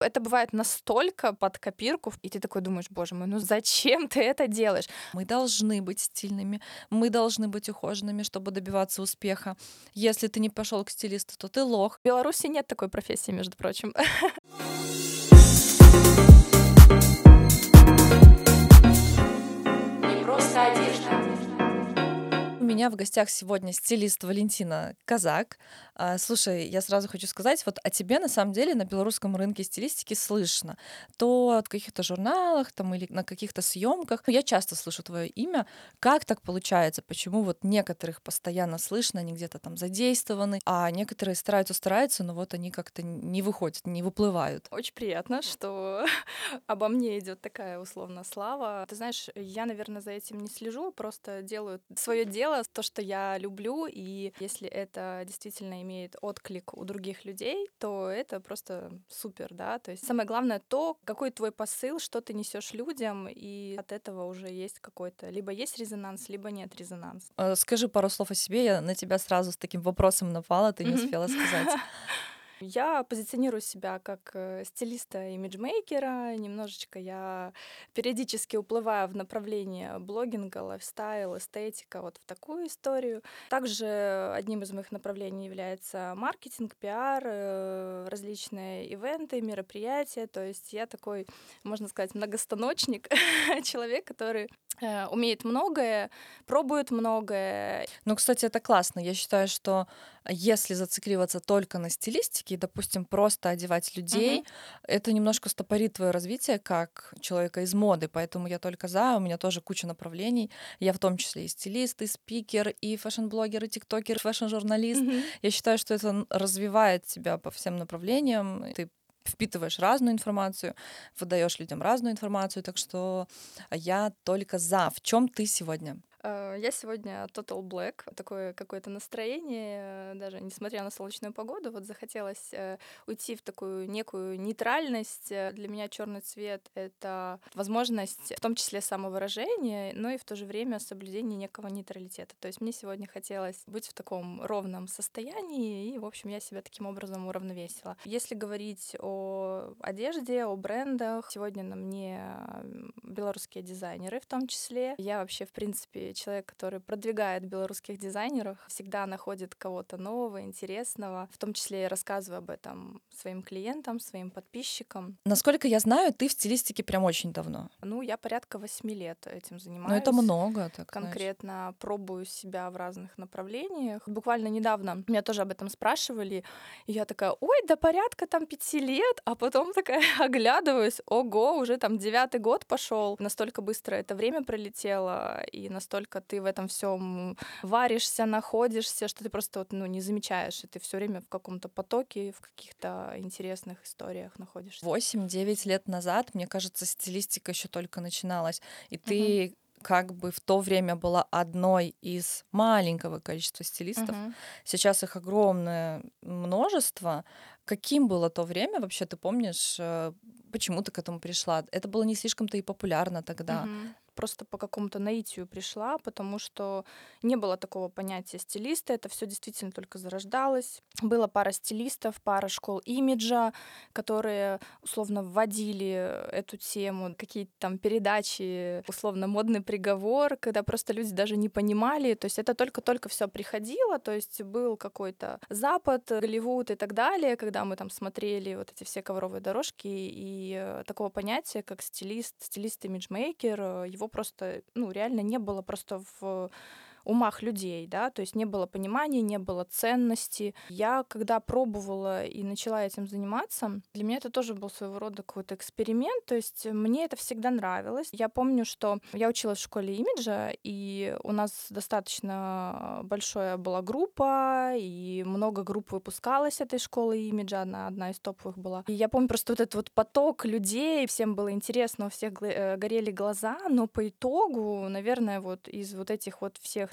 Это бывает настолько под копирку, и ты такой думаешь: боже мой, ну зачем ты это делаешь? Мы должны быть стильными, мы должны быть ухоженными, чтобы добиваться успеха. Если ты не пошел к стилисту, то ты лох. В Беларуси нет такой профессии, между прочим. Не просто одежда. У меня в гостях сегодня стилист Валентина Казак. Слушай, я сразу хочу сказать, вот о тебе на самом деле на белорусском рынке стилистики слышно. То в каких-то журналах там, или на каких-то съемках. Я часто слышу твое имя. Как так получается? Почему вот некоторых постоянно слышно, они где-то там задействованы, а некоторые стараются, но вот они как-то не выходят, не выплывают? Очень приятно, что обо мне идет такая условно слава. Ты знаешь, я, наверное, за этим не слежу, просто делаю свое дело, то, что я люблю, и если это действительно имеет отклик у других людей, то это просто супер, да. То есть самое главное то, какой твой посыл, что ты несешь людям, и от этого уже есть какой-то, либо есть резонанс, либо нет резонанса. Скажи пару слов о себе. Я на тебя сразу с таким вопросом напала, ты не Мгм. успела сказать. Я позиционирую себя как стилиста, имиджмейкера. Немножечко я периодически уплываю в направление блогинга, лайфстайл, эстетика, вот в такую историю. Также одним из моих направлений является маркетинг, пиар, различные ивенты, мероприятия. То есть я такой, можно сказать, многостаночник, человек, который умеет многое, пробует многое. Ну, кстати, это классно. Я считаю, что если зацикливаться только на стилистике и, допустим, просто одевать людей, Мгм. это немножко стопорит твое развитие как человека из моды. Поэтому я только за, у меня тоже куча направлений. Я в том числе и стилист, и спикер, и фэшн-блогер, и тиктокер, и фэшн-журналист. Мгм. Я считаю, что это развивает тебя по всем направлениям. Ты впитываешь разную информацию, выдаешь людям разную информацию, так что я только за. В чем ты сегодня? Я сегодня Total Black, такое какое-то настроение, даже несмотря на солнечную погоду, вот захотелось уйти в такую некую нейтральность. Для меня черный цвет — это возможность, в том числе самовыражения, но и в то же время соблюдение некого нейтралитета. То есть мне сегодня хотелось быть в таком ровном состоянии, и, в общем, я себя таким образом уравновесила. Если говорить о одежде, о брендах, сегодня на мне белорусские дизайнеры в том числе. Я вообще, в принципе, человек, который продвигает белорусских дизайнеров, всегда находит кого-то нового, интересного. В том числе я рассказываю об этом своим клиентам, своим подписчикам. Насколько я знаю, ты в стилистике прям очень давно. Ну, я порядка 8 лет этим Но это занимаюсь. много, так знаешь. Конкретно пробую себя в разных направлениях. Буквально недавно меня тоже об этом спрашивали, и я такая: ой, да порядка там 5 лет, а потом такая оглядываюсь, ого, уже там 9-й год пошел. Настолько быстро это время пролетело, и настолько ты в этом всем варишься, находишься, что ты просто вот, ну, не замечаешь, и ты все время в каком-то потоке, в каких-то интересных историях находишься. 8-9 лет назад, мне кажется, стилистика еще только начиналась, и Мгм. ты как бы в то время была одной из маленького количества стилистов. Мгм. Сейчас их огромное множество. Каким было то время, вообще ты помнишь, почему ты к этому пришла? Это было не слишком-то и популярно тогда. Мгм. Просто по какому-то наитию пришла, потому что не было такого понятия стилиста. Это все действительно только зарождалось. Было пара стилистов, пара школ имиджа, которые условно вводили эту тему, какие-то там передачи, условно модный приговор, когда просто люди даже не понимали. То есть это только-только все приходило. То есть был какой-то Запад, Голливуд и так далее, когда мы там смотрели вот эти все ковровые дорожки, и такого понятия, как стилист, стилист-имиджмейкер, его просто, ну, реально не было просто в умах людей, да, то есть не было понимания, не было ценности. Я, когда пробовала и начала этим заниматься, для меня это тоже был своего рода какой-то эксперимент, то есть мне это всегда нравилось. Я помню, что я училась в школе имиджа, и у нас достаточно большая была группа, и много групп выпускалось этой школы имиджа, она одна из топовых была. И я помню просто вот этот вот поток людей, всем было интересно, у всех горели глаза, но по итогу, наверное, вот из вот этих вот всех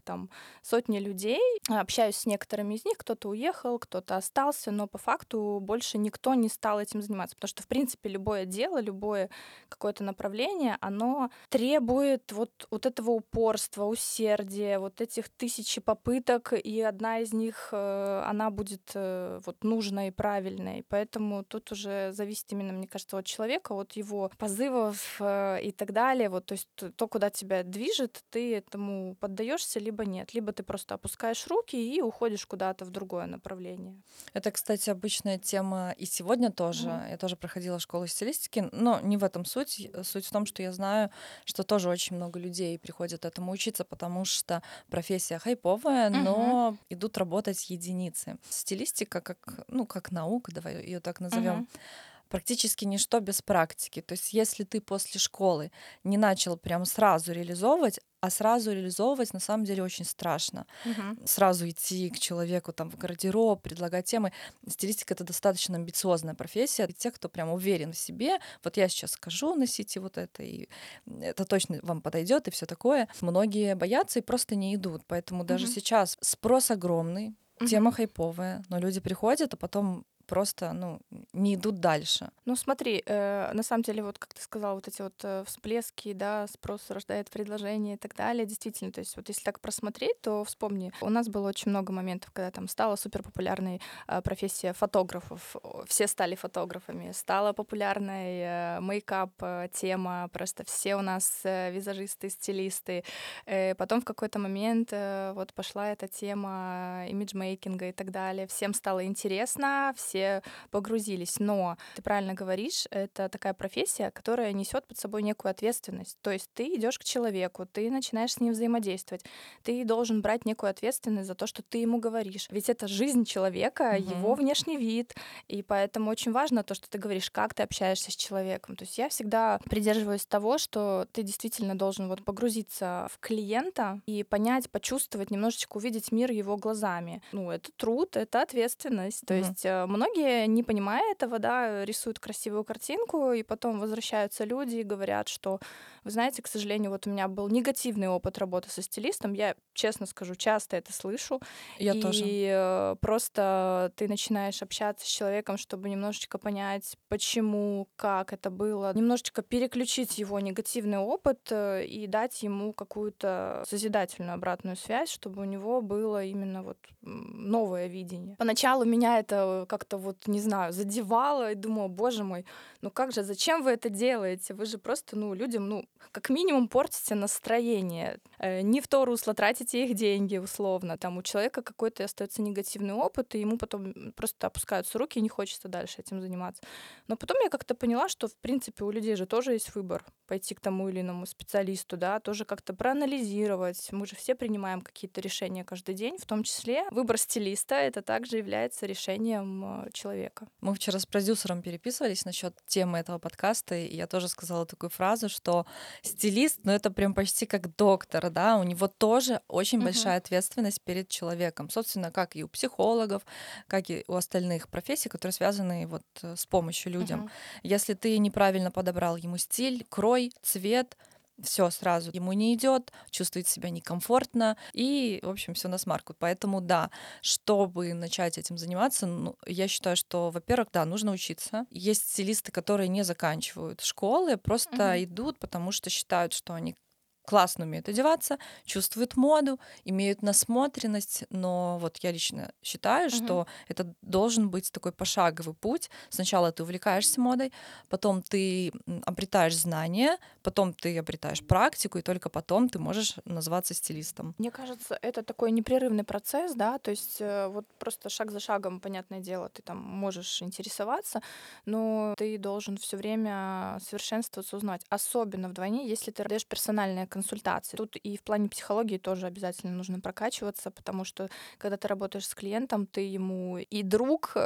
там сотни людей. Общаюсь с некоторыми из них, кто-то уехал, кто-то остался, но по факту больше никто не стал этим заниматься, потому что, в принципе, любое дело, любое какое-то направление, оно требует вот этого упорства, усердия, вот этих тысячи попыток, и одна из них, она будет вот нужной и правильной. Поэтому тут уже зависит именно, мне кажется, от человека, от его позывов и так далее. Вот, то есть то, куда тебя движет, ты этому поддаешься, либо нет. Либо ты просто опускаешь руки и уходишь куда-то в другое направление. Это, кстати, обычная тема и сегодня тоже. Мгм. Я тоже проходила школу стилистики, но не в этом суть. Суть в том, что я знаю, что тоже очень много людей приходят этому учиться, потому что профессия хайповая, Мгм. но идут работать единицы. Стилистика как, ну, как наука, давай ее так назовем, Мгм. практически ничто без практики. То есть если ты после школы не начал прям сразу реализовывать, а сразу реализовывать на самом деле очень страшно. Мгм. Сразу идти к человеку там в гардероб, предлагать темы. Стилистика — это достаточно амбициозная профессия. И те, кто прям уверен в себе, вот я сейчас скажу, носите вот это, и это точно вам подойдет и все такое. Многие боятся и просто не идут. Поэтому даже Мгм. сейчас спрос огромный, тема Мгм. хайповая, но люди приходят, а потом просто, не идут дальше. Ну, смотри, на самом деле, вот как ты сказал, вот эти вот всплески, да, спрос рождает предложение и так далее. Действительно, то есть вот если так просмотреть, то вспомни, у нас было очень много моментов, когда там стала супер популярной профессия фотографов, все стали фотографами, стала популярной мейкап тема, просто все у нас визажисты, стилисты. Потом в какой-то момент вот пошла эта тема имиджмейкинга и так далее. Всем стало интересно, все погрузились. Но ты правильно говоришь, это такая профессия, которая несет под собой некую ответственность. То есть ты идешь к человеку, ты начинаешь с ним взаимодействовать, ты должен брать некую ответственность за то, что ты ему говоришь. Ведь это жизнь человека, его Мгм. внешний вид, и поэтому очень важно то, что ты говоришь, как ты общаешься с человеком. То есть я всегда придерживаюсь того, что ты действительно должен вот погрузиться в клиента и понять, почувствовать, немножечко увидеть мир его глазами. Ну, это труд, это ответственность. То Мгм. есть многие, не понимая этого, да, рисуют красивую картинку, и потом возвращаются люди и говорят, что, вы знаете, к сожалению, вот у меня был негативный опыт работы со стилистом, я, честно скажу, часто это слышу, Я тоже. и просто ты начинаешь общаться с человеком, чтобы немножечко понять, почему, как это было, немножечко переключить его негативный опыт и дать ему какую-то созидательную обратную связь, чтобы у него было именно вот новое видение. Поначалу меня это как-то вот, не знаю, задевало, и думала, боже мой, ну как же, зачем вы это делаете? Вы же просто, ну, людям, ну, как минимум портите настроение. Не в то русло тратите их деньги, условно. Там у человека какой-то остается негативный опыт, и ему потом просто опускаются руки, и не хочется дальше этим заниматься. Но потом я как-то поняла, что, в принципе, у людей же тоже есть выбор пойти к тому или иному специалисту, да, тоже как-то проанализировать. Мы же все принимаем какие-то решения каждый день, в том числе выбор стилиста — это также является решением человека. Мы вчера с продюсером переписывались насчет темы этого подкаста, и я тоже сказала такую фразу, что стилист, ну это прям почти как доктор, да, у него тоже очень Мгм. большая ответственность перед человеком, собственно, как и у психологов, как и у остальных профессий, которые связаны вот с помощью людям. Мгм. Если ты неправильно подобрал ему стиль, крой, цвет, все сразу ему не идет, чувствует себя некомфортно и, в общем, все на смарку. Поэтому да, чтобы начать этим заниматься, ну, я считаю, что, во-первых, да, нужно учиться. Есть стилисты, которые не заканчивают школы, просто Мгм. идут, потому что считают, что они классно умеют одеваться, чувствуют моду, имеют насмотренность, но вот я лично считаю, Мгм. что это должен быть такой пошаговый путь. Сначала ты увлекаешься модой, потом ты обретаешь знания, потом ты обретаешь практику, и только потом ты можешь назваться стилистом. Мне кажется, это такой непрерывный процесс, да, то есть вот просто шаг за шагом, понятное дело, ты там можешь интересоваться, но ты должен все время совершенствоваться, узнать, особенно вдвойне, если ты даешь персональные консультации. Тут и в плане психологии тоже обязательно нужно прокачиваться, потому что когда ты работаешь с клиентом, ты ему и друг,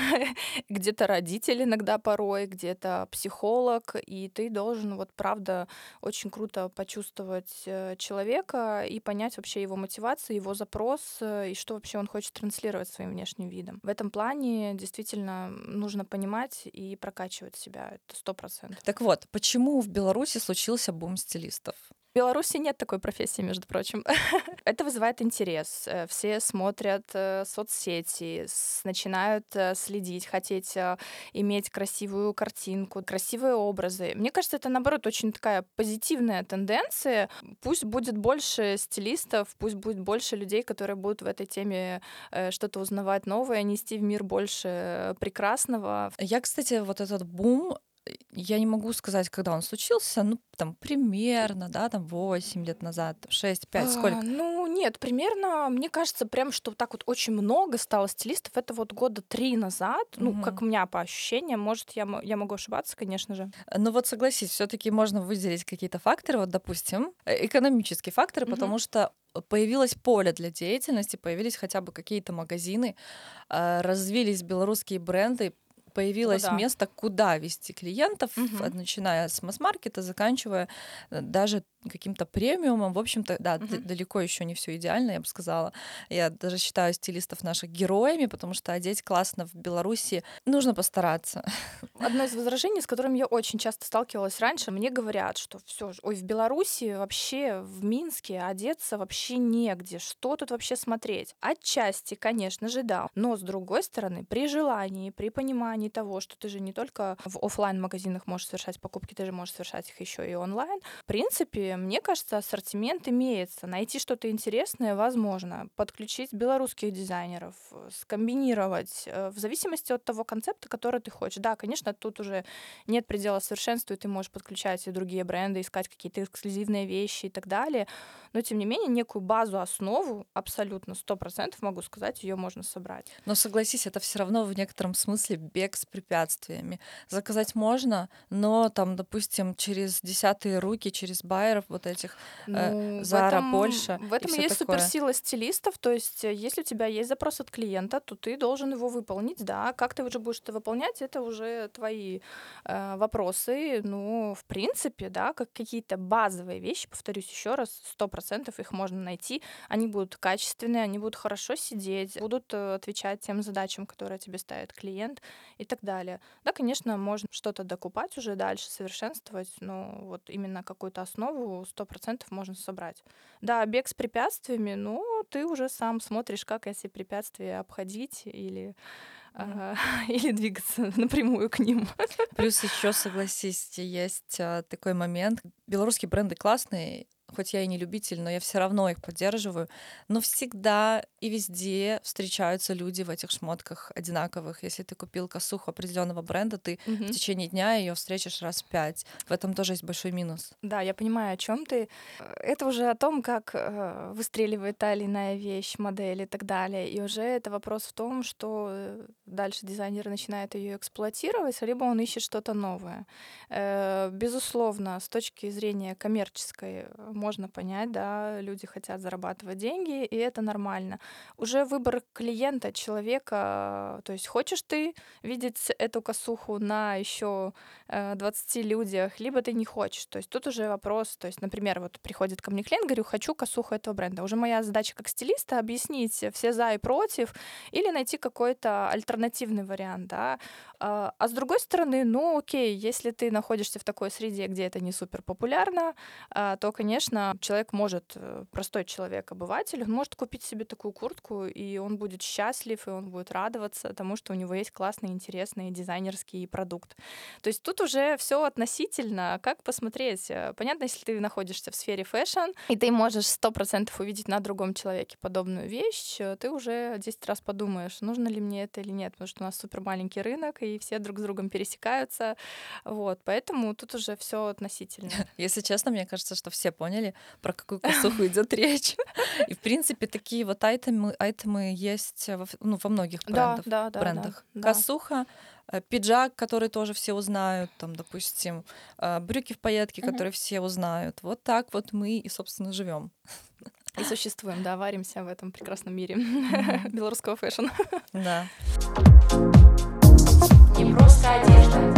где-то родитель иногда порой, где-то психолог, и ты должен вот правда очень круто почувствовать человека и понять вообще его мотивацию, его запрос и что вообще он хочет транслировать своим внешним видом. В этом плане действительно нужно понимать и прокачивать себя. Это 100%. Так вот, почему в Беларуси случился бум стилистов? В Беларуси нет такой профессии, между прочим. Это вызывает интерес. Все смотрят соцсети, начинают следить, хотеть иметь красивую картинку, красивые образы. Мне кажется, это, наоборот, очень такая позитивная тенденция. Пусть будет больше стилистов, пусть будет больше людей, которые будут в этой теме что-то узнавать новое, нести в мир больше прекрасного. Я, кстати, вот этот бум, я не могу сказать, когда он случился, ну, там, примерно, да, там, 8 лет назад, 6, 5, сколько? Ну, нет, примерно, мне кажется, прям, что так вот очень много стало стилистов, это вот года 3 назад, ну, как у меня по ощущениям, может, я могу ошибаться, конечно же. Ну вот согласись, все таки можно выделить какие-то факторы, вот, допустим, экономические факторы, потому что появилось поле для деятельности, появились хотя бы какие-то магазины, развились белорусские бренды, появилось да. место, куда вести клиентов, начиная с масс-маркета, заканчивая даже каким-то премиумом. В общем-то, да, далеко еще не все идеально, я бы сказала. Я даже считаю стилистов наших героями, потому что одеть классно в Беларуси нужно постараться. Одно из возражений, с которым я очень часто сталкивалась раньше, мне говорят, что все, ой, в Беларуси вообще, в Минске одеться вообще негде, что тут вообще смотреть? Отчасти, конечно же, да, но с другой стороны, при желании, при понимании того, что ты же не только в офлайн магазинах можешь совершать покупки, ты же можешь совершать их еще и онлайн. В принципе, мне кажется, ассортимент имеется. Найти что-то интересное возможно. Подключить белорусских дизайнеров, скомбинировать в зависимости от того концепта, который ты хочешь. Да, конечно, тут уже нет предела совершенству, и ты можешь подключать и другие бренды, искать какие-то эксклюзивные вещи и так далее. Но, тем не менее, некую базу, основу, абсолютно 100% могу сказать, ее можно собрать. Но согласись, это все равно в некотором смысле бег с препятствиями. Заказать можно, но там, допустим, через десятые руки, через байеров вот этих Зара, Польша в этом и и все есть такое. суперсила стилистов. То есть, если у тебя есть запрос от клиента, то ты должен его выполнить, да. Как ты уже будешь это выполнять, это уже твои вопросы. Ну, в принципе, да, как какие-то базовые вещи, повторюсь еще раз, 100% их можно найти. Они будут качественные, они будут хорошо сидеть, будут отвечать тем задачам, которые тебе ставит клиент и так далее. Да, конечно, можно что-то докупать уже дальше, совершенствовать, но вот именно какую-то основу 100% можно собрать. Да, бег с препятствиями, но ты уже сам смотришь, как эти препятствия обходить или или двигаться напрямую к ним. Плюс еще, согласись, есть такой момент. Белорусские бренды классные, хоть я и не любитель, но я все равно их поддерживаю. Но всегда и везде встречаются люди в этих шмотках одинаковых. Если ты купил косуху определенного бренда, ты в течение дня ее встретишь раз 5. В этом тоже есть большой минус. Да, я понимаю, о чем ты. Это уже о том, как выстреливает та или иная вещь, модель и так далее. И уже это вопрос в том, что дальше дизайнер начинает ее эксплуатировать, либо он ищет что-то новое. Безусловно, с точки зрения коммерческой можно понять, да, люди хотят зарабатывать деньги, и это нормально. Уже выбор клиента, человека, то есть хочешь ты видеть эту косуху на еще 20 людях, либо ты не хочешь. То есть тут уже вопрос, то есть, например, вот приходит ко мне клиент, говорю, хочу косуху этого бренда. Уже моя задача как стилиста объяснить все за и против или найти какой-то альтернативный вариант, да. А с другой стороны, ну окей, если ты находишься в такой среде, где это не супер популярно, то, конечно, человек может, простой человек, обыватель, он может купить себе такую куртку, и он будет счастлив, и он будет радоваться тому, что у него есть классный, интересный дизайнерский продукт. То есть тут уже все относительно, как посмотреть. Понятно, если ты находишься в сфере фэшн, и ты можешь 100% увидеть на другом человеке подобную вещь, ты уже 10 раз подумаешь, нужно ли мне это или нет, потому что у нас супер маленький рынок, и все друг с другом пересекаются. Вот, поэтому тут уже все относительно. Если честно, мне кажется, что все поняли, про какую косуху идет речь. И, в принципе, такие вот айтемы есть во многих брендах. Да. Косуха, пиджак, который тоже все узнают, там, допустим, брюки в пайетке, которые все узнают. Вот так вот мы и, собственно, живем. И существуем, да, варимся в этом прекрасном мире белорусского фэшн. Да. Не просто одежда.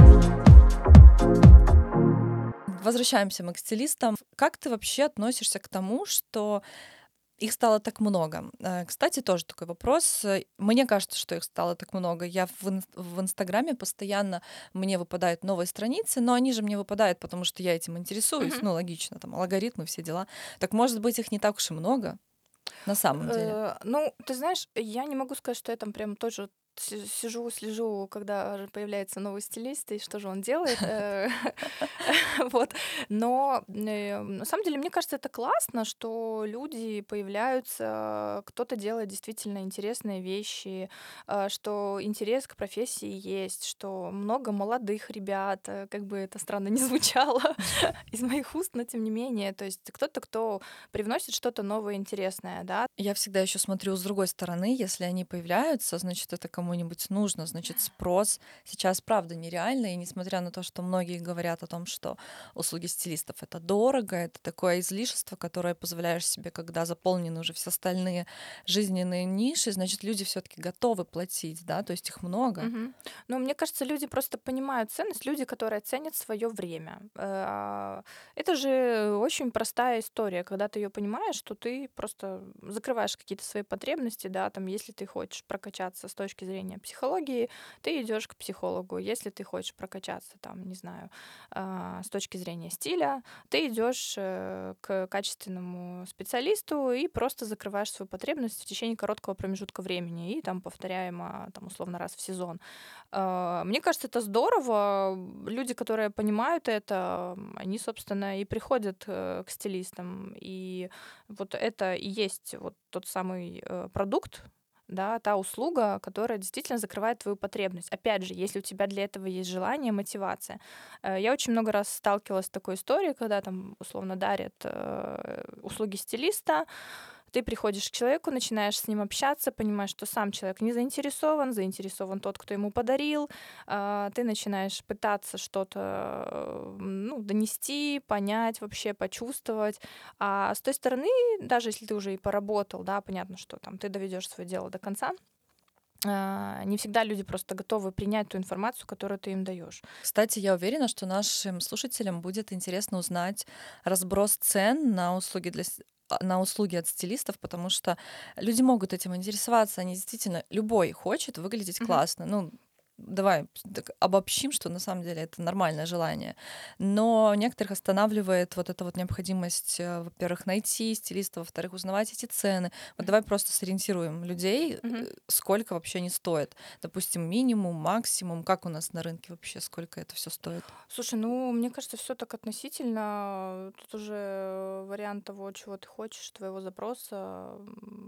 Возвращаемся мы к стилистам. Как ты вообще относишься к тому, что их стало так много. Кстати, тоже такой вопрос. Мне кажется, что их стало так много. Я в Инстаграме постоянно мне выпадают новые страницы, но они же мне выпадают, потому что я этим интересуюсь. Мгм. Ну, логично, там алгоритмы, все дела. Так может быть, их не так уж и много на самом деле. Ну, ты знаешь, я не могу сказать, что я там прям тоже сижу, слежу, когда же появляется новый стилист и что же он делает. Вот. Но на самом деле, мне кажется, это классно, что люди появляются, кто-то делает действительно интересные вещи, что интерес к профессии есть, что много молодых ребят, как бы это странно не звучало из моих уст, но тем не менее. То есть кто-то, кто привносит что-то новое, интересное, да. Я всегда еще смотрю с другой стороны, если они появляются, значит, это кому-нибудь нужно, значит, спрос сейчас, правда, нереальный, и несмотря на то, что многие говорят о том, что услуги стилистов — это дорого, это такое излишество, которое позволяешь себе, когда заполнены уже все остальные жизненные ниши, значит, люди все таки готовы платить, да, то есть их много. Мгм. Ну, мне кажется, люди просто понимают ценность, люди, которые ценят свое время. Это же очень простая история, когда ты ее понимаешь, что ты просто закрываешь какие-то свои потребности, да, там, если ты хочешь прокачаться с точки зрения психологии, ты идешь к психологу. Если ты хочешь прокачаться, там, не знаю, с точки зрения стиля, ты идешь к качественному специалисту и просто закрываешь свою потребность в течение короткого промежутка времени и там повторяемо, там, условно, раз в сезон. Мне кажется, это здорово. Люди, которые понимают это, они, собственно, и приходят к стилистам. И вот это и есть вот тот самый продукт, да, та услуга, которая действительно закрывает твою потребность. Опять же, если у тебя для этого есть желание, мотивация. Я очень много раз сталкивалась с такой историей, когда там условно дарят услуги стилиста, ты приходишь к человеку, начинаешь с ним общаться, понимаешь, что сам человек не заинтересован, заинтересован тот, кто ему подарил. Ты начинаешь пытаться что-то ну, донести, понять вообще, почувствовать. А с той стороны, даже если ты уже и поработал, да, понятно, что там ты доведешь свое дело до конца, не всегда люди просто готовы принять ту информацию, которую ты им даешь. Кстати, я уверена, что нашим слушателям будет интересно узнать разброс цен на услуги на услуги от стилистов, потому что люди могут этим интересоваться. Они действительно, любой хочет выглядеть Мгм. классно. Ну, давай так обобщим, что на самом деле это нормальное желание. Но некоторых останавливает вот эта вот необходимость, во-первых, найти стилиста, во-вторых, узнавать эти цены. Вот давай просто сориентируем людей, Мгм. сколько вообще они стоят. Допустим, минимум, максимум. Как у нас на рынке вообще, сколько это все стоит? Слушай, ну, мне кажется, все так относительно. Тут уже вариант того, чего ты хочешь, твоего запроса.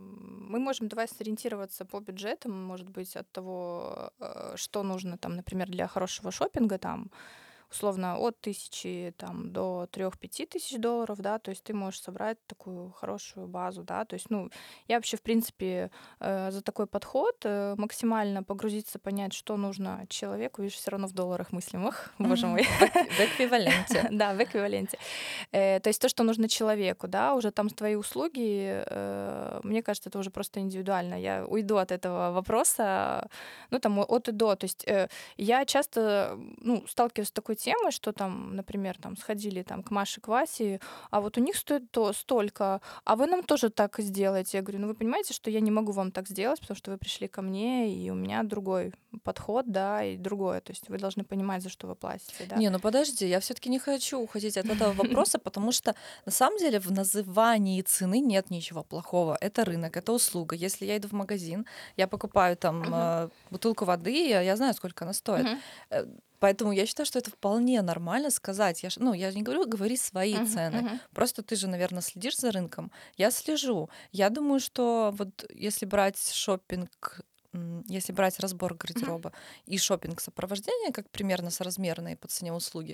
Мы можем давай сориентироваться по бюджетам, может быть, от того, что нужно там, например, для хорошего шопинга, там, условно, от 1000 там, до 3-5 тысяч долларов, да, то есть ты можешь собрать такую хорошую базу, да, то есть, ну, я вообще, в принципе, за такой подход максимально погрузиться, понять, что нужно человеку, видишь, все равно в долларах мыслимых, боже мой, В эквиваленте. да, в эквиваленте. То есть то, что нужно человеку, да, уже там твои услуги, мне кажется, это уже просто индивидуально. Я уйду от этого вопроса, ну, там, от и до. То есть я часто, ну, сталкиваюсь с такой темой, что там, например, там сходили там к Маше, к Васе, а вот у них стоит то столько, а вы нам тоже так сделаете. Я говорю, ну, вы понимаете, что я не могу вам так сделать, потому что вы пришли ко мне, и у меня другой подход, да, и другое. То есть вы должны понимать, за что вы платите, да. Не, ну подожди, я все-таки не хочу уходить от этого вопроса, потому что на самом деле в назывании цены нет ничего плохого. Это рынок, это услуга. Если я иду в магазин, я покупаю там Мгм. бутылку воды, я знаю, сколько она стоит. Мгм. Э, Поэтому я считаю, что это вполне нормально сказать. Ну, я же не говорю, говори свои Мгм. цены. Мгм. Просто ты же, наверное, следишь за рынком. Я слежу. Я думаю, что вот если брать шопинг, если брать разбор Мгм. гардероба и шопинг сопровождения как примерно соразмерные по цене услуги,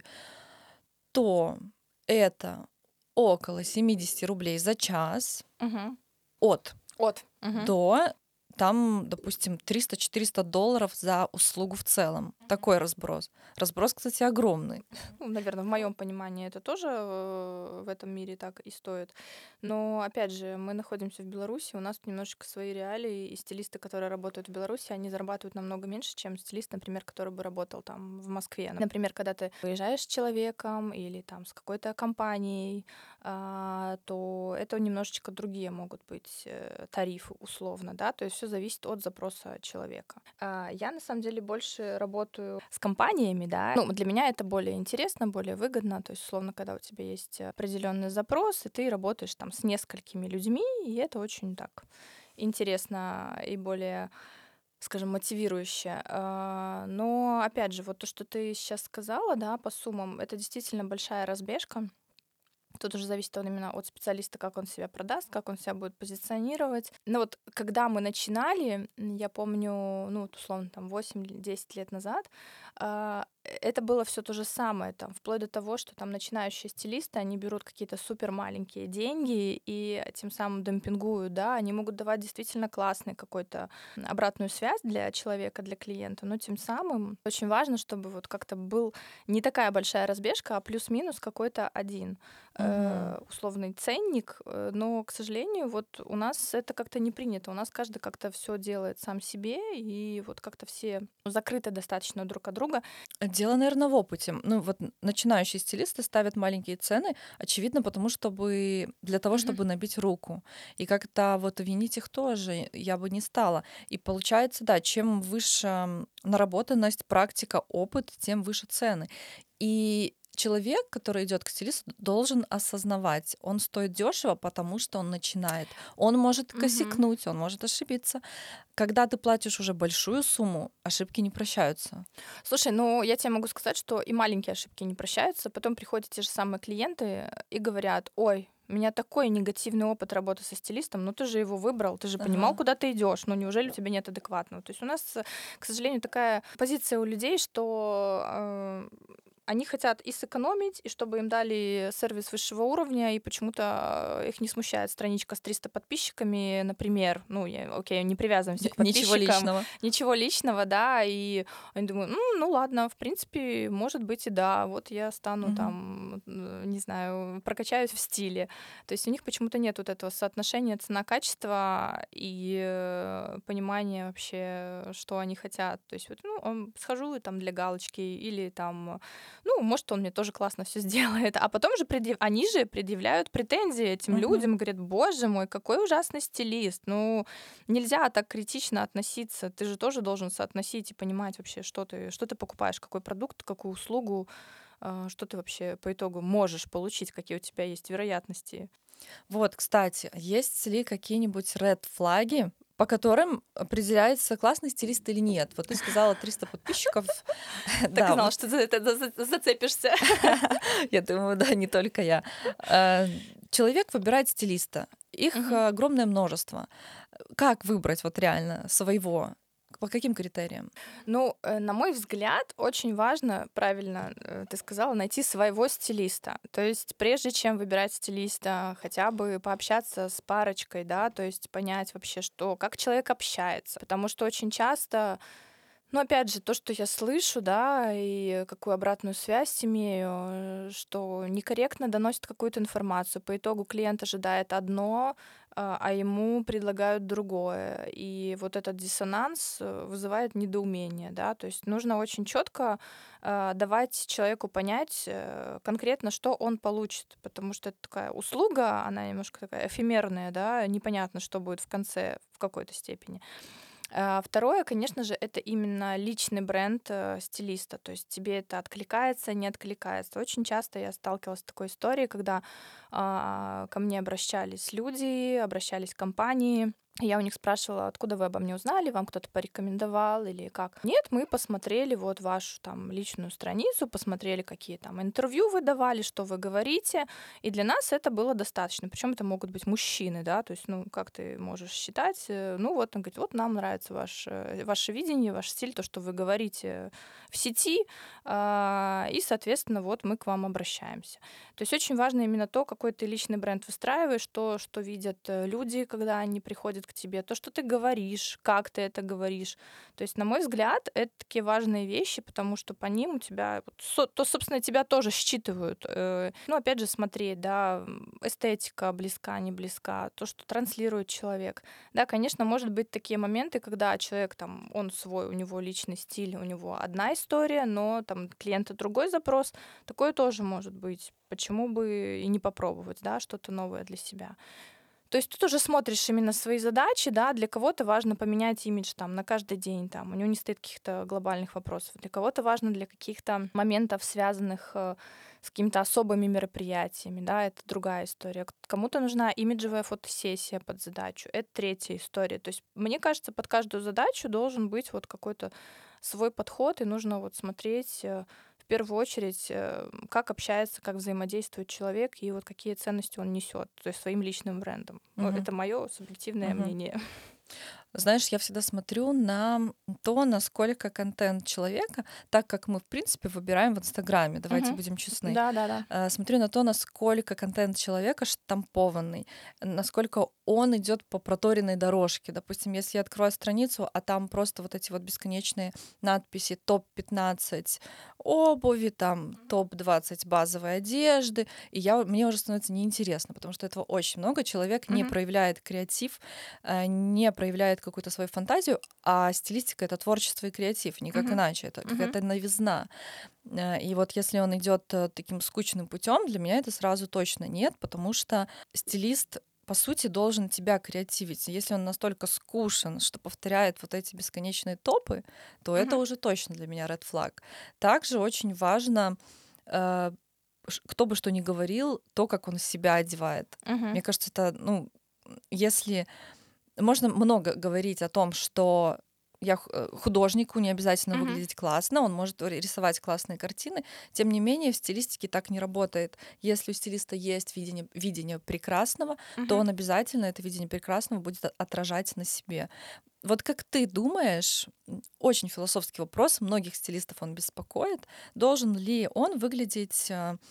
то это около 70 рублей за час Мгм. от От. Мгм. до там, допустим, $300-400 за услугу в целом. Такой разброс. Разброс, кстати, огромный. Ну, наверное, в моем понимании это тоже в этом мире так и стоит. Но, опять же, мы находимся в Беларуси, у нас тут немножечко свои реалии, и стилисты, которые работают в Беларуси, они зарабатывают намного меньше, чем стилист, например, который бы работал там в Москве. Например, когда ты выезжаешь с человеком или там с какой-то компанией, то это немножечко другие могут быть тарифы условно, да, то есть все зависит от запроса человека. Я на самом деле больше работаю с компаниями, да. Ну, для меня это более интересно, более выгодно. То есть, условно, когда у тебя есть определенный запрос, и ты работаешь там с несколькими людьми, и это очень так интересно и более, скажем, мотивирующе. Но, опять же, вот то, что ты сейчас сказала, да, по суммам, это действительно большая разбежка. Тут уже зависит именно от специалиста, как он себя продаст, как он себя будет позиционировать. Но вот когда мы начинали, я помню, ну, вот условно, там 8-10 лет назад, это было все то же самое, там, вплоть до того, что там начинающие стилисты, они берут какие-то супер маленькие деньги и тем самым демпингуют, да, они могут давать действительно классный какой-то обратную связь для человека, для клиента, но тем самым очень важно, чтобы вот как-то был не такая большая разбежка, а плюс-минус какой-то один условный ценник, но, к сожалению, вот у нас это как-то не принято. У нас каждый как-то все делает сам себе, и вот как-то все закрыты достаточно друг от друга. Дело, наверное, в опыте. Ну, вот начинающие стилисты ставят маленькие цены, очевидно, потому чтобы для того, Мгм. чтобы набить руку. И как-то вот винить их тоже я бы не стала. И получается, да, чем выше наработанность, практика, опыт, тем выше цены. И человек, который идет к стилисту, должен осознавать, он стоит дешево, потому что он начинает. Он может Мгм. косякнуть, он может ошибиться. Когда ты платишь уже большую сумму, ошибки не прощаются. Слушай, ну я тебе могу сказать, что и маленькие ошибки не прощаются. Потом приходят те же самые клиенты и говорят: ой, у меня такой негативный опыт работы со стилистом, ну ты же его выбрал, ты же понимал, Ага. куда ты идешь, ну неужели у тебя нет адекватного? То есть у нас, к сожалению, такая позиция у людей, что они хотят и сэкономить, и чтобы им дали сервис высшего уровня, и почему-то их не смущает страничка с 300 подписчиками, например. Ну, окей, не привязываемся к Ничего подписчикам, личного. ничего личного, да, и они думают: ну ладно, в принципе, может быть и да, вот я стану Мгм. там, не знаю, прокачаюсь в стиле. То есть у них почему-то нет вот этого соотношения цена-качество и понимания вообще, что они хотят. То есть вот, ну, схожу там для галочки или там, ну, может, он мне тоже классно все сделает. А потом же они же предъявляют претензии этим Мгм. людям, говорят: боже мой, какой ужасный стилист. Ну, нельзя так критично относиться. Ты же тоже должен соотносить и понимать вообще, что ты покупаешь, какой продукт, какую услугу, что ты вообще по итогу можешь получить, какие у тебя есть вероятности. Вот, кстати, есть ли какие-нибудь ред-флаги, по которым определяется, классный стилист или нет? Вот ты сказала 300 подписчиков. Так и Да, знала, вот что ты за это зацепишься. я думаю, да, не только я. Э, Человек выбирает стилиста. Их Мгм. огромное множество. Как выбрать вот реально своего? По каким критериям? Ну, на мой взгляд, очень важно, правильно ты сказала, найти своего стилиста. То есть прежде чем выбирать стилиста, хотя бы пообщаться с парочкой, да, то есть понять вообще, как человек общается. Потому что очень часто, ну, опять же, то, что я слышу, да, и какую обратную связь имею, что некорректно доносит какую-то информацию. По итогу клиент ожидает одно, а ему предлагают другое. И вот этот диссонанс вызывает недоумение, да. То есть нужно очень четко давать человеку понять конкретно, что он получит, потому что это такая услуга, она немножко такая эфемерная, да, непонятно, что будет в конце в какой-то степени. Второе, конечно же, это именно личный бренд стилиста. То есть тебе это откликается, не откликается. Очень часто я сталкивалась с такой историей, когда ко мне обращались люди, обращались компании. Я у них спрашивала: откуда вы обо мне узнали, вам кто-то порекомендовал или как? Нет, мы посмотрели вот вашу там личную страницу, посмотрели, какие там интервью вы давали, что вы говорите, и для нас это было достаточно. Причем это могут быть мужчины, да, то есть, ну, как ты можешь считать? Ну, вот он говорит: вот нам нравится ваше видение, ваш стиль, то, что вы говорите в сети, и, соответственно, вот мы к вам обращаемся. То есть очень важно именно то, какой ты личный бренд выстраиваешь, то, что видят люди, когда они приходят подходит к тебе, то, что ты говоришь, как ты это говоришь. То есть, на мой взгляд, это такие важные вещи, потому что по ним у тебя, то, собственно, тебя тоже считывают. Ну, опять же, смотреть, да, эстетика близка, не близка, то, что транслирует человек. Да, конечно, может быть такие моменты, когда человек там, он свой, у него личный стиль, у него одна история, но там клиента другой запрос. Такое тоже может быть. Почему бы и не попробовать, да, что-то новое для себя. То есть тут уже смотришь именно свои задачи, да, для кого-то важно поменять имидж там на каждый день, там, у него не стоит каких-то глобальных вопросов, для кого-то важно для каких-то моментов, связанных с какими-то особыми мероприятиями, да, это другая история. Кому-то нужна имиджевая фотосессия под задачу, это третья история. То есть мне кажется, под каждую задачу должен быть вот какой-то свой подход, и нужно вот смотреть в первую очередь, как общается, как взаимодействует человек и вот какие ценности он несет, то есть своим личным брендом. Ну, Мгм. это мое субъективное Мгм. мнение. Знаешь, я всегда смотрю на то, насколько контент человека, так как мы, в принципе, выбираем в Инстаграме, давайте Мгм. будем честны, Да-да-да. смотрю на то, насколько контент человека штампованный, насколько он идет по проторенной дорожке. Допустим, если я открою страницу, а там просто вот эти вот бесконечные надписи топ-15 обуви, там топ-20 базовой одежды, и мне уже становится неинтересно, потому что этого очень много. Человек не Мгм. проявляет креатив, не проявляет какую-то свою фантазию, а стилистика — это творчество и креатив, никак Мгм. иначе, это Мгм. какая-то новизна. И вот если он идет таким скучным путем, для меня это сразу точно нет, потому что стилист по сути должен тебя креативить. Если он настолько скучен, что повторяет вот эти бесконечные топы, то это Мгм. уже точно для меня red flag. Также очень важно, э, кто бы что ни говорил, то, как он себя одевает. Мгм. Мне кажется, это, ну, если можно много говорить о том, что художнику не обязательно Мгм. выглядеть классно, он может рисовать классные картины. Тем не менее, в стилистике так не работает. Если у стилиста есть видение прекрасного, то Мгм. он обязательно это видение прекрасного будет отражать на себе. Вот как ты думаешь, очень философский вопрос, многих стилистов он беспокоит, должен ли он выглядеть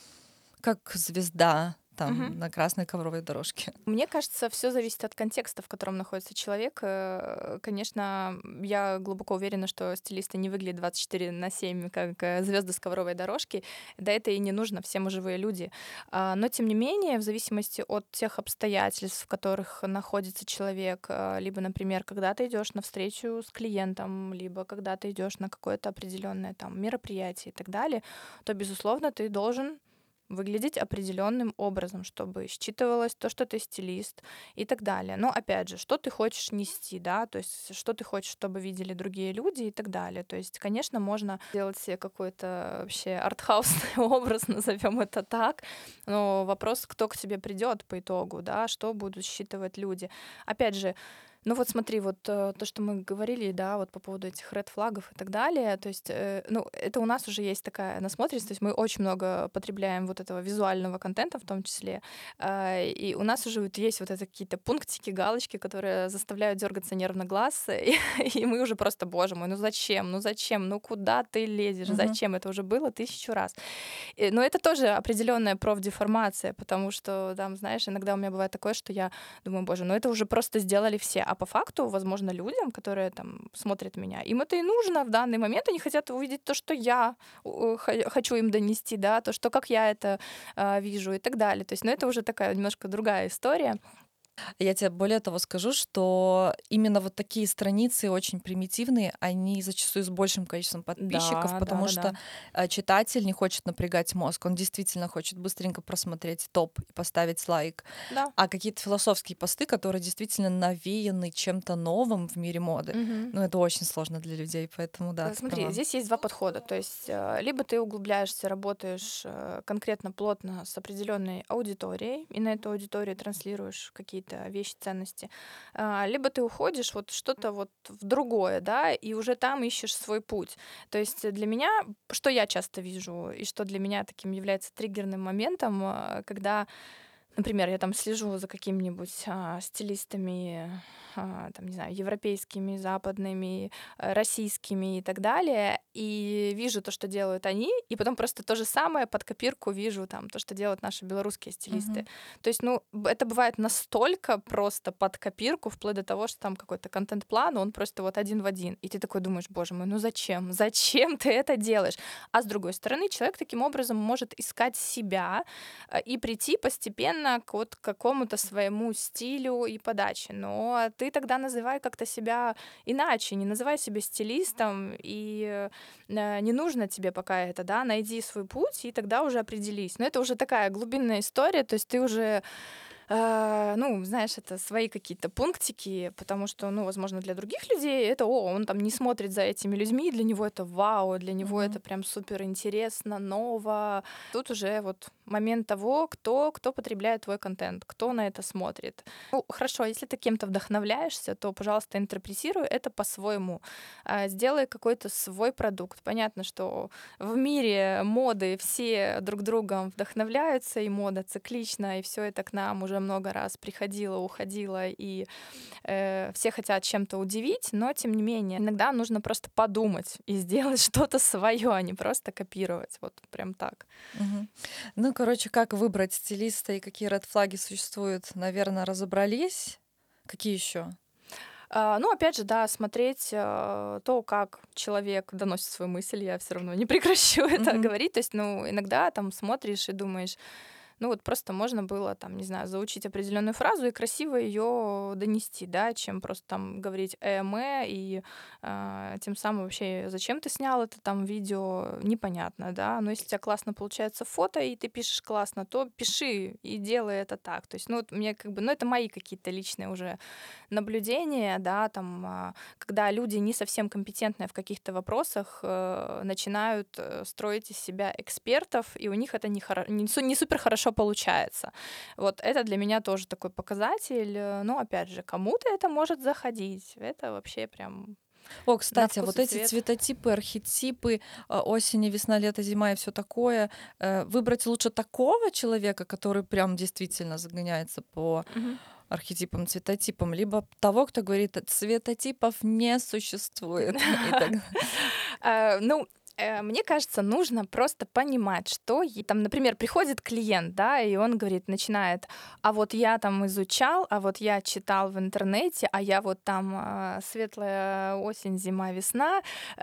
как звезда Мгм. там на красной ковровой дорожке? Мне кажется, все зависит от контекста, в котором находится человек. Конечно, я глубоко уверена, что стилисты не выглядят 24/7, как звезды с ковровой дорожки. Да это и не нужно, все мы живые люди. Но тем не менее, в зависимости от тех обстоятельств, в которых находится человек, либо, например, когда ты идешь на встречу с клиентом, либо когда ты идешь на какое-то определенное там мероприятие и так далее, то, безусловно, ты должен выглядеть определенным образом, чтобы считывалось то, что ты стилист и так далее. Но опять же, что ты хочешь нести, да, то есть что ты хочешь, чтобы видели другие люди и так далее. То есть, конечно, можно сделать себе какой-то вообще артхаусный образ, назовем это так, но вопрос, кто к тебе придет по итогу, да, что будут считывать люди. Опять же, ну вот смотри, вот то, что мы говорили, да, вот по поводу этих ред-флагов и так далее, то есть, ну, это у нас уже есть такая насмотренность, то есть мы очень много потребляем вот этого визуального контента в том числе, и у нас уже вот есть вот это какие-то пунктики, галочки, которые заставляют дергаться нервно глаз, и мы уже просто, боже мой, ну зачем, ну куда ты лезешь, Мгм. зачем, это уже было 1000 раз. Но это тоже определенная профдеформация, потому что там, знаешь, иногда у меня бывает такое, что я думаю, боже, ну это уже просто сделали все. А по факту, возможно, людям, которые там смотрят меня, им это и нужно в данный момент. Они хотят увидеть то, что я хочу им донести, да, то, что как я это вижу и так далее. То есть, ну это уже такая немножко другая история. Я тебе более того скажу, что именно вот такие страницы очень примитивные, они зачастую с большим количеством подписчиков, Да, да, потому да, что да. читатель не хочет напрягать мозг, он действительно хочет быстренько просмотреть топ и поставить лайк. Да. А какие-то философские посты, которые действительно навеяны чем-то новым в мире моды, Мгм. ну это очень сложно для людей, поэтому да, ты Смотри, права. здесь есть два подхода. То есть либо ты углубляешься, работаешь конкретно плотно с определенной аудиторией, и на эту аудиторию транслируешь какие-то вещи, ценности, либо ты уходишь вот что-то вот в другое, да, и уже там ищешь свой путь. То есть для меня, что я часто вижу, и что для меня таким является триггерным моментом, когда Например, я там слежу за какими-нибудь стилистами, там, не знаю, европейскими, западными, российскими и так далее, и вижу то, что делают они, и потом просто то же самое под копирку вижу там то, что делают наши белорусские стилисты. Мгм. То есть, ну, это бывает настолько просто под копирку, вплоть до того, что там какой-то контент-план, он просто вот один в один. И ты такой думаешь, боже мой, ну зачем? Зачем ты это делаешь? А с другой стороны, человек таким образом может искать себя и прийти постепенно к вот какому-то своему стилю и подаче. Но ты тогда называй как-то себя иначе, не называй себя стилистом, и не нужно тебе пока это, да, найди свой путь, и тогда уже определись. Но это уже такая глубинная история, то есть ты уже ну, знаешь, это свои какие-то пунктики, потому что, ну, возможно, для других людей это, он там не смотрит за этими людьми, для него это вау, для него это Мгм. прям супер интересно, ново. Тут уже вот момент того, кто потребляет твой контент, кто на это смотрит. Ну, хорошо, если ты кем-то вдохновляешься, то, пожалуйста, интерпретируй это по-своему. Сделай какой-то свой продукт. Понятно, что в мире моды все друг другом вдохновляются, и мода циклична, и все это к нам уже много раз приходило, уходило, и все хотят чем-то удивить, но тем не менее иногда нужно просто подумать и сделать что-то свое, а не просто копировать. Вот прям так. Мгм. Ну, короче, как выбрать стилиста и какие ред-флаги существуют, наверное, разобрались. Какие еще? Ну, опять же, да, смотреть то, как человек доносит свою мысль, я все равно не прекращу это Мгм. говорить. То есть, ну, иногда там смотришь и думаешь, ну вот просто можно было там, не знаю, заучить определенную фразу и красиво ее донести, да, чем просто там говорить и тем самым вообще зачем ты снял это там видео, непонятно, да. Но если у тебя классно получается фото и ты пишешь классно, то пиши и делай это так. То есть, ну вот мне как бы, ну это мои какие-то личные уже наблюдения, да, там, когда люди не совсем компетентные в каких-то вопросах начинают строить из себя экспертов, и у них это не супер хорошо получается. Вот это для меня тоже такой показатель. Но опять же, кому-то это может заходить. Это вообще прям О, на кстати, а вкус вот и эти цвет. цветотипы, архетипы, осень, весна, лето, зима и все такое, выбрать лучше такого человека, который прям действительно загоняется по Мгм. архетипам, цветотипам, либо того, кто говорит, цветотипов не существует. И так. Ну, мне кажется, нужно просто понимать, что там, например, приходит клиент, да, и он говорит, начинает, а вот я там изучал, а вот я читал в интернете, а я вот там светлая осень, зима, весна,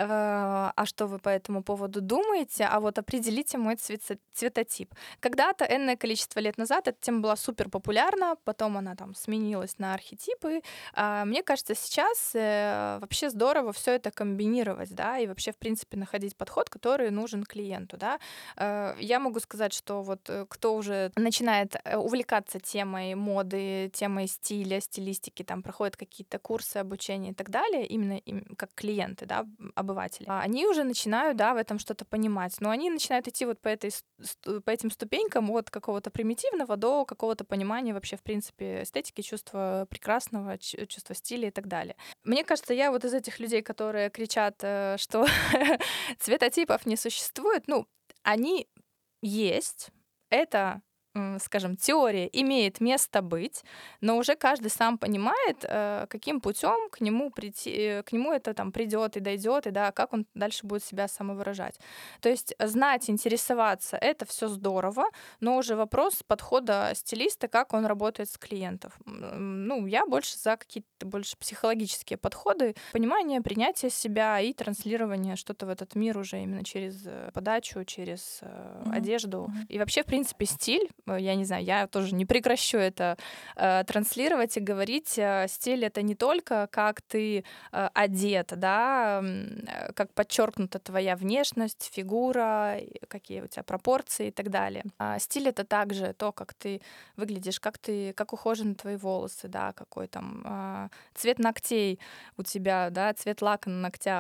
а что вы по этому поводу думаете, а вот определите мой цветотип. Когда-то, энное количество лет назад, эта тема была супер популярна, потом она там сменилась на архетипы. Мне кажется, сейчас вообще здорово все это комбинировать, да, и вообще, в принципе, находить подход, который нужен клиенту, да. Я могу сказать, что вот кто уже начинает увлекаться темой моды, темой стиля, стилистики, там проходят какие-то курсы обучения и так далее, именно как клиенты, да, обыватели, они уже начинают, да, в этом что-то понимать, но они начинают идти вот по этим ступенькам от какого-то примитивного до какого-то понимания вообще, в принципе, эстетики, чувства прекрасного, чувства стиля и так далее. Мне кажется, я вот из этих людей, которые кричат, что цветотипов не существует, ну, они есть. Это, скажем, теория имеет место быть, но уже каждый сам понимает, каким путем к нему прийти, к нему это там придет и дойдет, и да, как он дальше будет себя самовыражать. То есть знать, интересоваться это все здорово, но уже вопрос подхода стилиста, как он работает с клиентов. Ну, я больше за какие-то больше психологические подходы, понимание, принятие себя и транслирование что-то в этот мир уже именно через подачу, через Мгм. одежду. Мгм. И вообще, в принципе, стиль, я не знаю, я тоже не прекращу это транслировать и говорить. Стиль — это не только как ты одет, да, как подчеркнута твоя внешность, фигура, и какие у тебя пропорции и так далее. Стиль — это также то, как ты выглядишь, как ухожены твои волосы, да, какой там цвет ногтей у тебя, да, цвет лака на ногтях.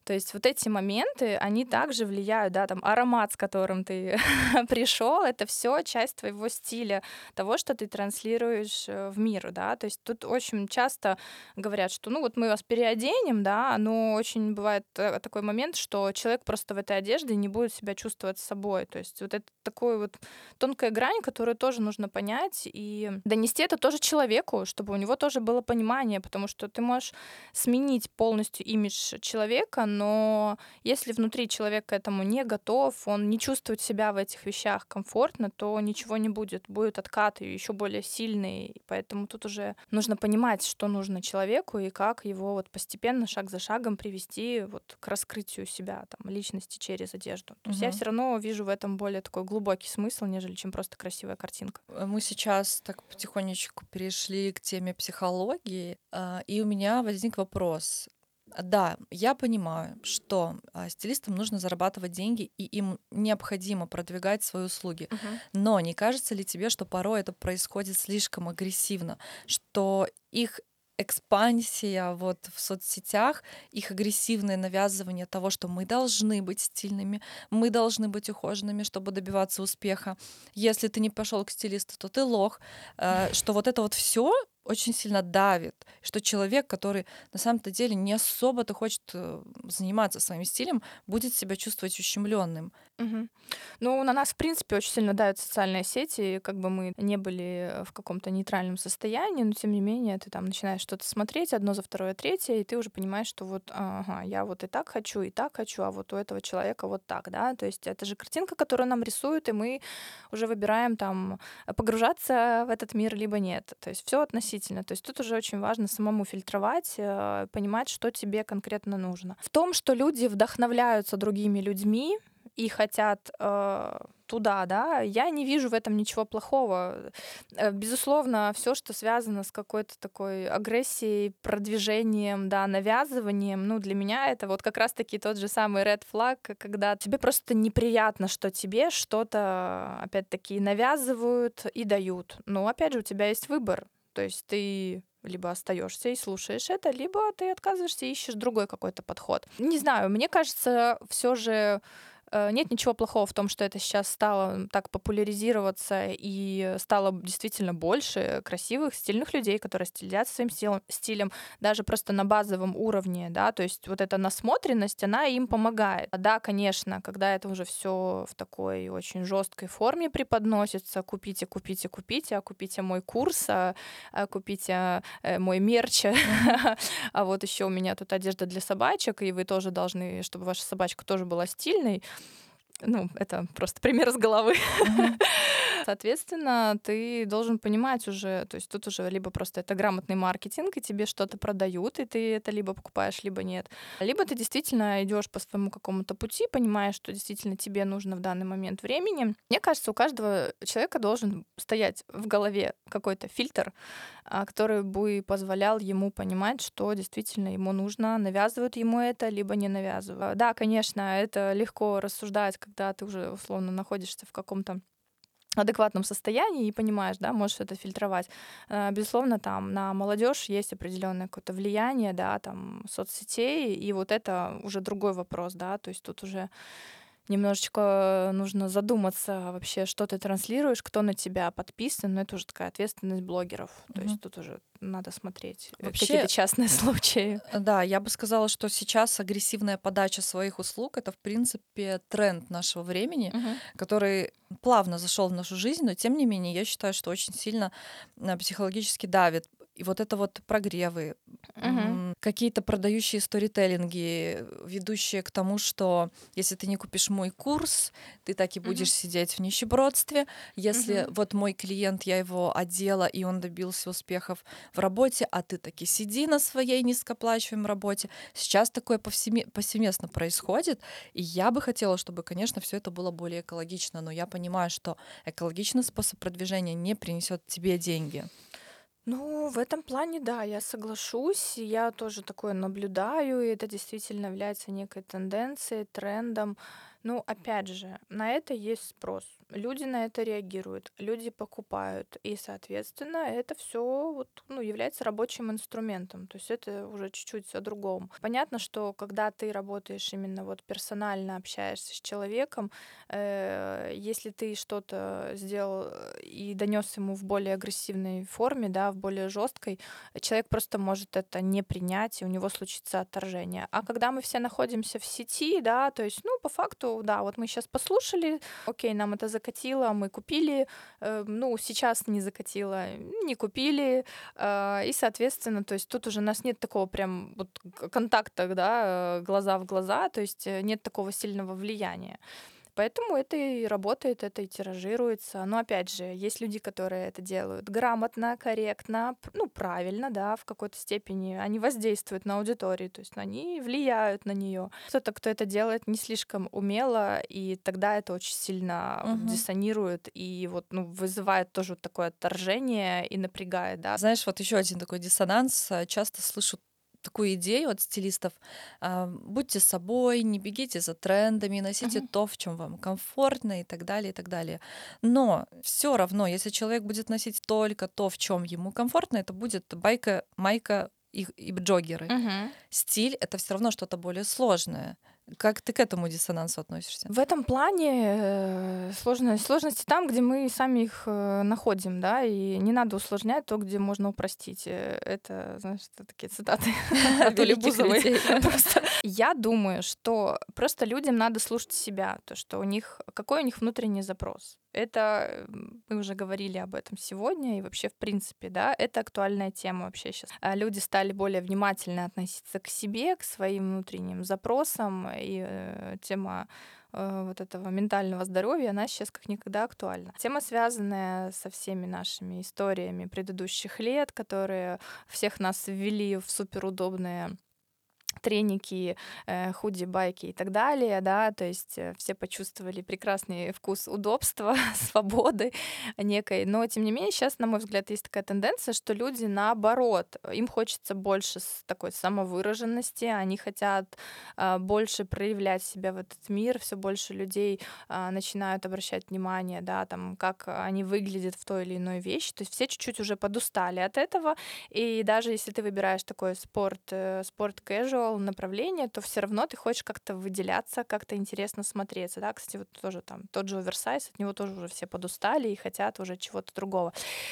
То есть вот эти моменты, они также влияют, да, там аромат, с которым ты пришел, это все часть твоего стиля, того, что ты транслируешь в мир, да. То есть тут очень часто говорят, что, ну вот мы вас переоденем, да, но очень бывает такой момент, что человек просто в этой одежде не будет себя чувствовать собой. То есть вот это такой вот тонкая грань, которую тоже нужно понять и донести это тоже человеку, чтобы у него тоже было понимание, потому что ты можешь сменить полностью имидж человека, но если внутри человек к этому не готов, он не чувствует себя в этих вещах комфортно, то ничего не будет. Будет откат и еще более сильный. И поэтому тут уже нужно понимать, что нужно человеку и как его вот постепенно, шаг за шагом привести вот к раскрытию себя, там, личности через одежду. То есть я Мгм. все равно вижу в этом более такой глубокий смысл, нежели чем просто красивая картинка. Мы сейчас так потихонечку перешли к теме психологии, и у меня возник вопрос. Да, я понимаю, что стилистам нужно зарабатывать деньги, и им необходимо продвигать свои услуги. Мгм. Но не кажется ли тебе, что порой это происходит слишком агрессивно, что их экспансия вот в соцсетях, их агрессивное навязывание того, что мы должны быть стильными, мы должны быть ухоженными, чтобы добиваться успеха. Если ты не пошел к стилисту, то ты лох. Что вот это вот все очень сильно давит, что человек, который на самом-то деле не особо-то хочет заниматься своим стилем, будет себя чувствовать ущемленным. Мгм. Ну, на нас, в принципе, очень сильно давят социальные сети, и как бы мы не были в каком-то нейтральном состоянии, но тем не менее ты там начинаешь что-то смотреть, одно за второе, третье, и ты уже понимаешь, что вот, ага, я вот и так хочу, а вот у этого человека вот так, да, то есть это же картинка, которую нам рисуют, и мы уже выбираем там погружаться в этот мир, либо нет. То есть все относительно. То есть тут уже очень важно самому фильтровать, понимать, что тебе конкретно нужно. В том, что люди вдохновляются другими людьми, и хотят туда, да, я не вижу в этом ничего плохого. Безусловно, все, что связано с какой-то такой агрессией, продвижением, да, навязыванием, ну, для меня это вот как раз-таки тот же самый red flag, когда тебе просто неприятно, что тебе что-то, опять-таки, навязывают и дают. Но, опять же, у тебя есть выбор. То есть ты либо остаешься и слушаешь это, либо ты отказываешься и ищешь другой какой-то подход. Не знаю, мне кажется, все же нет ничего плохого в том, что это сейчас стало так популяризироваться и стало действительно больше красивых, стильных людей, которые стилятся своим стилем, даже просто на базовом уровне, да, то есть вот эта насмотренность, она им помогает. Да, конечно, когда это уже все в такой очень жесткой форме преподносится, купите, купите, купите, а купите мой курс, купите мой мерч, а вот еще у меня тут одежда для собачек, и вы тоже должны, чтобы ваша собачка тоже была стильной. Ну, это просто пример с головы. Мгм. Соответственно, ты должен понимать уже, то есть тут уже либо просто это грамотный маркетинг, и тебе что-то продают, и ты это либо покупаешь, либо нет. Либо ты действительно идешь по своему какому-то пути, понимаешь, что действительно тебе нужно в данный момент времени. Мне кажется, у каждого человека должен стоять в голове какой-то фильтр, который бы позволял ему понимать, что действительно ему нужно, навязывают ему это, либо не навязывают. Да, конечно, это легко рассуждать, когда ты уже условно находишься в каком-то адекватном состоянии и понимаешь, да, можешь это фильтровать. Безусловно, там на молодежь есть определенное какое-то влияние, да, там соцсетей, и вот это уже другой вопрос, да, то есть тут уже немножечко нужно задуматься вообще, что ты транслируешь, кто на тебя подписан, но это уже такая ответственность блогеров, то Мгм. есть тут уже надо смотреть Вообще, какие-то частные случаи. Да, я бы сказала, что сейчас агрессивная подача своих услуг это, в принципе, тренд нашего времени, Мгм. который плавно зашел в нашу жизнь, но тем не менее, я считаю, что очень сильно психологически давит. И вот это вот прогревы, Мгм. какие-то продающие сторителлинги, ведущие к тому, что если ты не купишь мой курс, ты так и Мгм. будешь сидеть в нищебродстве. Если Мгм. вот мой клиент, я его одела, и он добился успехов в работе, а ты таки сиди на своей низкооплачиваемой работе. Сейчас такое повсеместно происходит, и я бы хотела, чтобы, конечно, все это было более экологично, но я понимаю, что экологичный способ продвижения не принесет тебе деньги. Ну, в этом плане, да, я соглашусь. Я тоже такое наблюдаю, и это действительно является некой тенденцией, трендом. Ну, опять же, на это есть спрос. Люди на это реагируют, люди покупают, и, соответственно, это все вот, ну, является рабочим инструментом. То есть это уже чуть-чуть о другом. Понятно, что когда ты работаешь именно вот персонально общаешься с человеком, если ты что-то сделал и донес ему в более агрессивной форме, да, в более жесткой, человек просто может это не принять, и у него случится отторжение. А когда мы все находимся в сети, да, то есть, ну, по факту, да, вот мы сейчас послушали, окей, нам это закатило, мы купили, ну, сейчас не закатило, не купили, и, соответственно, то есть тут уже у нас нет такого прям вот контакта, да, глаза в глаза, то есть нет такого сильного влияния. Поэтому это и работает, это и тиражируется. Но опять же, есть люди, которые это делают грамотно, корректно, ну, правильно, да, в какой-то степени. Они воздействуют на аудиторию, то есть они влияют на нее. Кто-то, кто это делает не слишком умело, и тогда это очень сильно Мгм. диссонирует и вот, ну, вызывает тоже вот такое отторжение и напрягает, да. Знаешь, вот еще один такой диссонанс. Часто слышу такую идею от стилистов: будьте собой, не бегите за трендами, носите Мгм. то, в чем вам комфортно, и так далее, и так далее. Но все равно, если человек будет носить только то, в чем ему комфортно, это будет байка, майка и джоггеры. Мгм. Стиль — это все равно что-то более сложное. Как ты к этому диссонансу относишься? В этом плане сложности там, где мы сами их находим, да, и не надо усложнять то, где можно упростить. Это, знаешь, это такие цитаты от Оли Великих Бузовой. людей. Просто я думаю, что просто людям надо слушать себя, то, что у них, какой у них внутренний запрос. Это мы уже говорили об этом сегодня, и вообще, в принципе, да, это актуальная тема вообще сейчас. Люди стали более внимательно относиться к себе, к своим внутренним запросам, и тема вот этого ментального здоровья, она сейчас как никогда актуальна. Тема, связанная со всеми нашими историями предыдущих лет, которые всех нас ввели в суперудобные треники, худи, байки и так далее, да, то есть все почувствовали прекрасный вкус удобства, свободы некой. Но, тем не менее, сейчас, на мой взгляд, есть такая тенденция, что люди, наоборот, им хочется больше такой самовыраженности, они хотят больше проявлять себя в этот мир, все больше людей начинают обращать внимание, да, там, как они выглядят в той или иной вещи, то есть все чуть-чуть уже подустали от этого, и даже если ты выбираешь такой спорт casual направление, то все равно ты хочешь как-то выделяться, как-то интересно смотреться, да. Кстати, вот тоже там тот же оверсайз, от него тоже уже все подустали и хотят уже чего-то другого.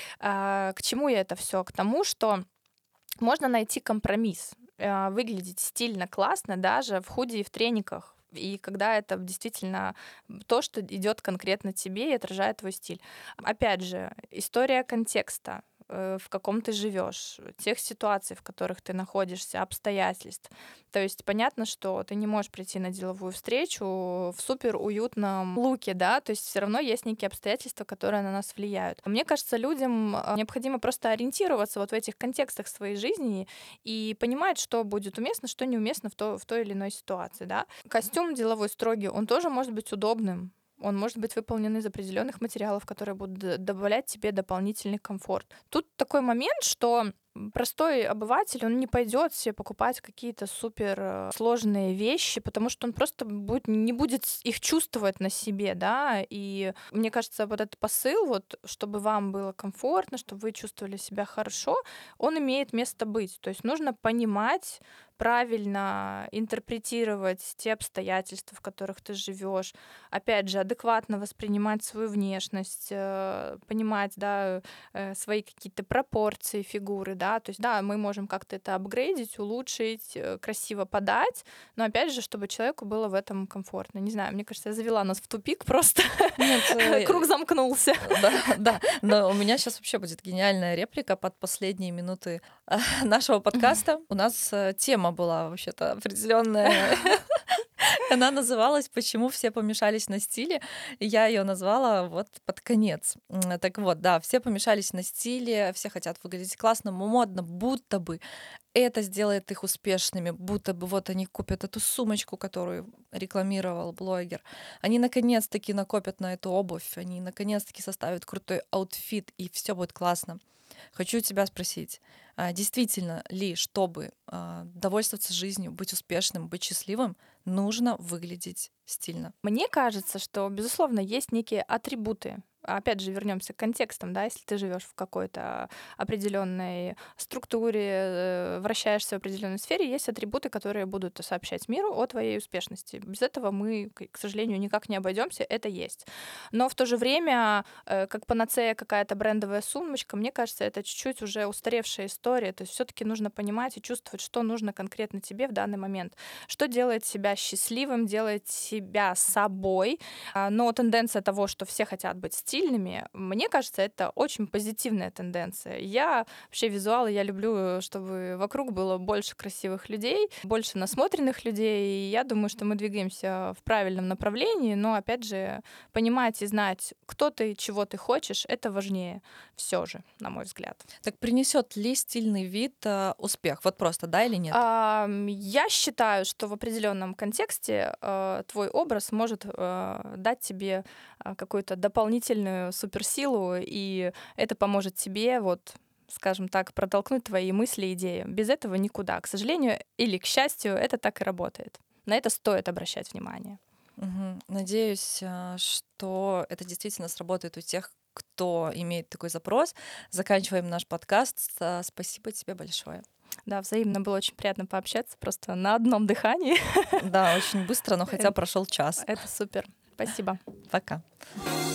К чему я это все? К тому, что можно найти компромисс, выглядеть стильно, классно даже в худи и в трениках. И когда это действительно то, что идет конкретно тебе и отражает твой стиль. Опять же, история контекста, в каком ты живешь, тех ситуаций, в которых ты находишься, обстоятельств. То есть понятно, что ты не можешь прийти на деловую встречу в супер уютном луке, да, то есть все равно есть некие обстоятельства, которые на нас влияют. Мне кажется, людям необходимо просто ориентироваться вот в этих контекстах своей жизни и понимать, что будет уместно, что неуместно в той или иной ситуации, да. Костюм деловой строгий, он тоже может быть удобным, он может быть выполнен из определенных материалов, которые будут добавлять тебе дополнительный комфорт. Тут такой момент, что простой обыватель, он не пойдет себе покупать какие-то супер сложные вещи, потому что он просто не будет их чувствовать на себе, да, и мне кажется, вот этот посыл, вот, чтобы вам было комфортно, чтобы вы чувствовали себя хорошо, он имеет место быть. То есть нужно понимать, правильно интерпретировать те обстоятельства, в которых ты живешь, опять же, адекватно воспринимать свою внешность, понимать, да, свои какие-то пропорции фигуры, да, то есть, да, мы можем как-то это апгрейдить, улучшить, красиво подать, но, опять же, чтобы человеку было в этом комфортно. Не знаю, мне кажется, я завела нас в тупик просто, Нет, круг замкнулся. да, да. Но у меня сейчас вообще будет гениальная реплика под последние минуты нашего подкаста. У нас тема была вообще-то определенная. Она называлась «Почему все помешались на стиле?». И я ее назвала вот под конец. Так вот, да, все помешались на стиле, все хотят выглядеть классно, модно, будто бы это сделает их успешными, будто бы вот они купят эту сумочку, которую рекламировал блогер. Они наконец-таки накопят на эту обувь, они наконец-таки составят крутой аутфит, и все будет классно. Хочу тебя спросить, действительно ли, чтобы довольствоваться жизнью, быть успешным, быть счастливым, нужно выглядеть стильно? Мне кажется, что, безусловно, есть некие атрибуты. Опять же, вернемся к контекстам, да, если ты живешь в какой-то определенной структуре, вращаешься в определенной сфере, есть атрибуты, которые будут сообщать миру о твоей успешности. Без этого мы, к сожалению, никак не обойдемся, это есть. Но в то же время, как панацея какая-то брендовая сумочка, мне кажется, это чуть-чуть уже устаревшая история. То есть все-таки нужно понимать и чувствовать, что нужно конкретно тебе в данный момент, что делает себя счастливым, делает себя собой. Но тенденция того, что все хотят быть стильными, мне кажется, это очень позитивная тенденция. Я вообще визуал, я люблю, чтобы вокруг было больше красивых людей, больше насмотренных людей. И я думаю, что мы двигаемся в правильном направлении, но, опять же, понимать и знать, кто ты, чего ты хочешь, это важнее все же, на мой взгляд. Так принесет ли стильный вид успех? Вот просто, да или нет? Я считаю, что в определенном контексте твой образ может дать тебе какую-то дополнительную суперсилу, и это поможет тебе, вот, скажем так, протолкнуть твои мысли и идеи. Без этого никуда. К сожалению или к счастью, это так и работает. На это стоит обращать внимание. Надеюсь, что это действительно сработает у тех, кто имеет такой запрос. Заканчиваем наш подкаст. Спасибо тебе большое. Да, взаимно, было очень приятно пообщаться, просто на одном дыхании. Да, очень быстро, но хотя прошел час. Это супер. Спасибо. Пока.